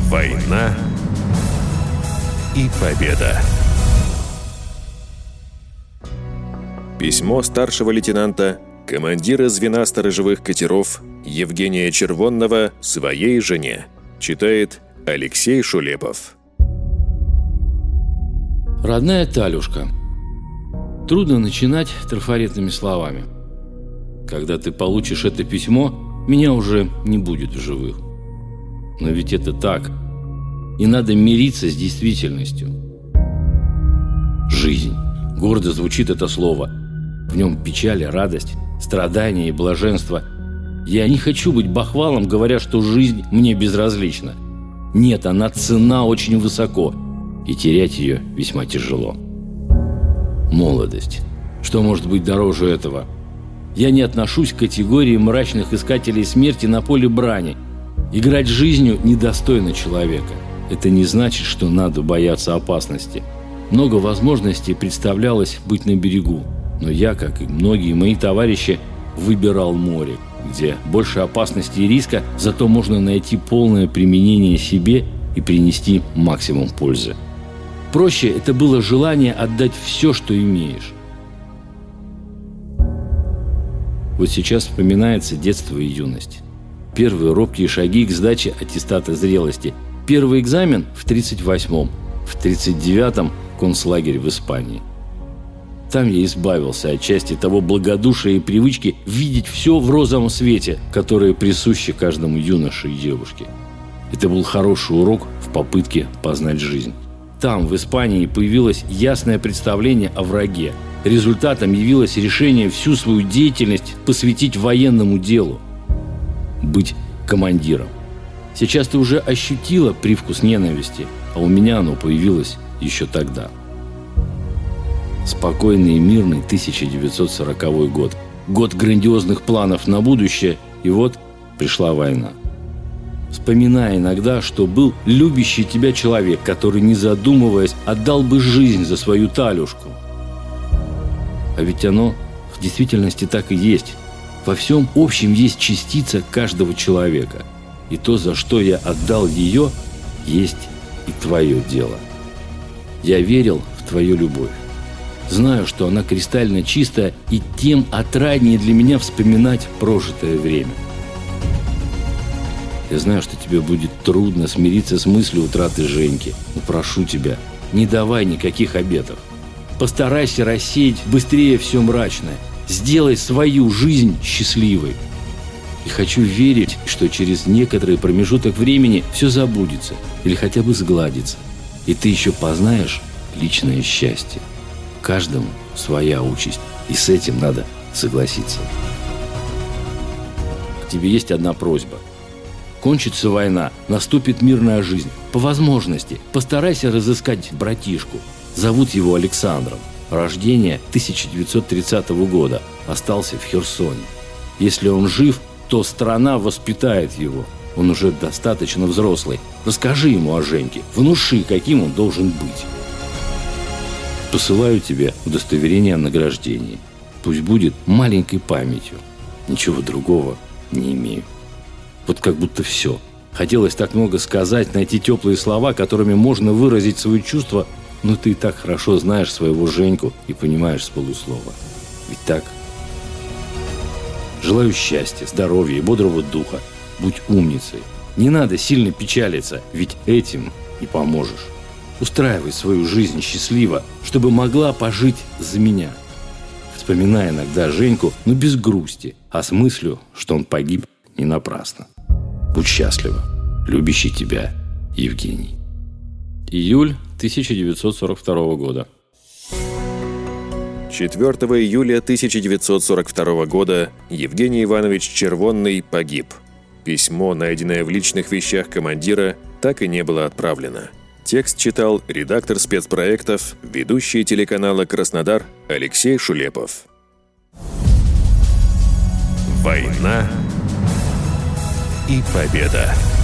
Война и победа. Письмо старшего лейтенанта, командира звена сторожевых катеров Евгения Червонного своей жене. Читает Алексей Шулепов. Родная Талюшка, трудно начинать трафаретными словами. Когда ты получишь это письмо, меня уже не будет в живых. Но ведь это так. И надо мириться с действительностью. Жизнь. Гордо звучит это слово. В нем печаль, радость, страдание и блаженство. Я не хочу быть бахвалом, говоря, что жизнь мне безразлична. Нет, она ценна очень высоко, и терять ее весьма тяжело. Молодость. Что может быть дороже этого? Я не отношусь к категории мрачных искателей смерти на поле брани. Играть жизнью недостойно человека. Это не значит, что надо бояться опасности. Много возможностей представлялось быть на берегу. Но я, как и многие мои товарищи, выбирал море, где больше опасности и риска, зато можно найти полное применение себе и принести максимум пользы. Проще это было желание отдать все, что имеешь. Вот сейчас вспоминается детство и юность. Первые робкие шаги к сдаче аттестата зрелости. Первый экзамен в 38-м, в 39-м концлагерь в Испании. Там я избавился от части того благодушия и привычки видеть все в розовом свете, которое присуще каждому юноше и девушке. Это был хороший урок в попытке познать жизнь. Там, в Испании, появилось ясное представление о враге. Результатом явилось решение всю свою деятельность посвятить военному делу. Быть командиром. Сейчас ты уже ощутила привкус ненависти, а у меня оно появилось еще тогда. Спокойный и мирный 1940 год. Год грандиозных планов на будущее, и вот пришла война. Вспоминая иногда, что был любящий тебя человек, который, не задумываясь, отдал бы жизнь за свою Талюшку. А ведь оно в действительности так и есть. Во всем общем есть частица каждого человека. И то, за что я отдал ее, есть и твое дело. Я верил в твою любовь. Знаю, что она кристально чистая, и тем отраднее для меня вспоминать прожитое время. Я знаю, что тебе будет трудно смириться с мыслью утраты Женьки. Но прошу тебя, не давай никаких обетов. Постарайся рассеять быстрее все мрачное. Сделай свою жизнь счастливой. И хочу верить, что через некоторый промежуток времени все забудется или хотя бы сгладится. И ты еще познаешь личное счастье. Каждому своя участь, и с этим надо согласиться. К тебе есть одна просьба. Кончится война, наступит мирная жизнь. По возможности постарайся разыскать братишку. Зовут его Александром. Рождение 1930 года. Остался в Херсоне. Если он жив, то страна воспитает его. Он уже достаточно взрослый. Расскажи ему о Женьке. Внуши, каким он должен быть. Посылаю тебе удостоверение о награждении. Пусть будет маленькой памятью. Ничего другого не имею. Вот как будто все. Хотелось так много сказать, найти теплые слова, которыми можно выразить свои чувства, но ты и так хорошо знаешь своего Женьку и понимаешь с полуслова. Ведь так? Желаю счастья, здоровья и бодрого духа. Будь умницей. Не надо сильно печалиться, ведь этим не поможешь. Устраивай свою жизнь счастливо, чтобы могла пожить за меня. Вспоминай иногда Женьку, но без грусти, а с мыслью, что он погиб не напрасно. Будь счастлива. Любящий тебя Евгений. Июль 1942 года. 4 июля 1942 года Евгений Иванович Червонный погиб. Письмо, найденное в личных вещах командира, так и не было отправлено. Текст читал редактор спецпроектов, ведущий телеканала «Краснодар» Алексей Шулепов. Война и победа.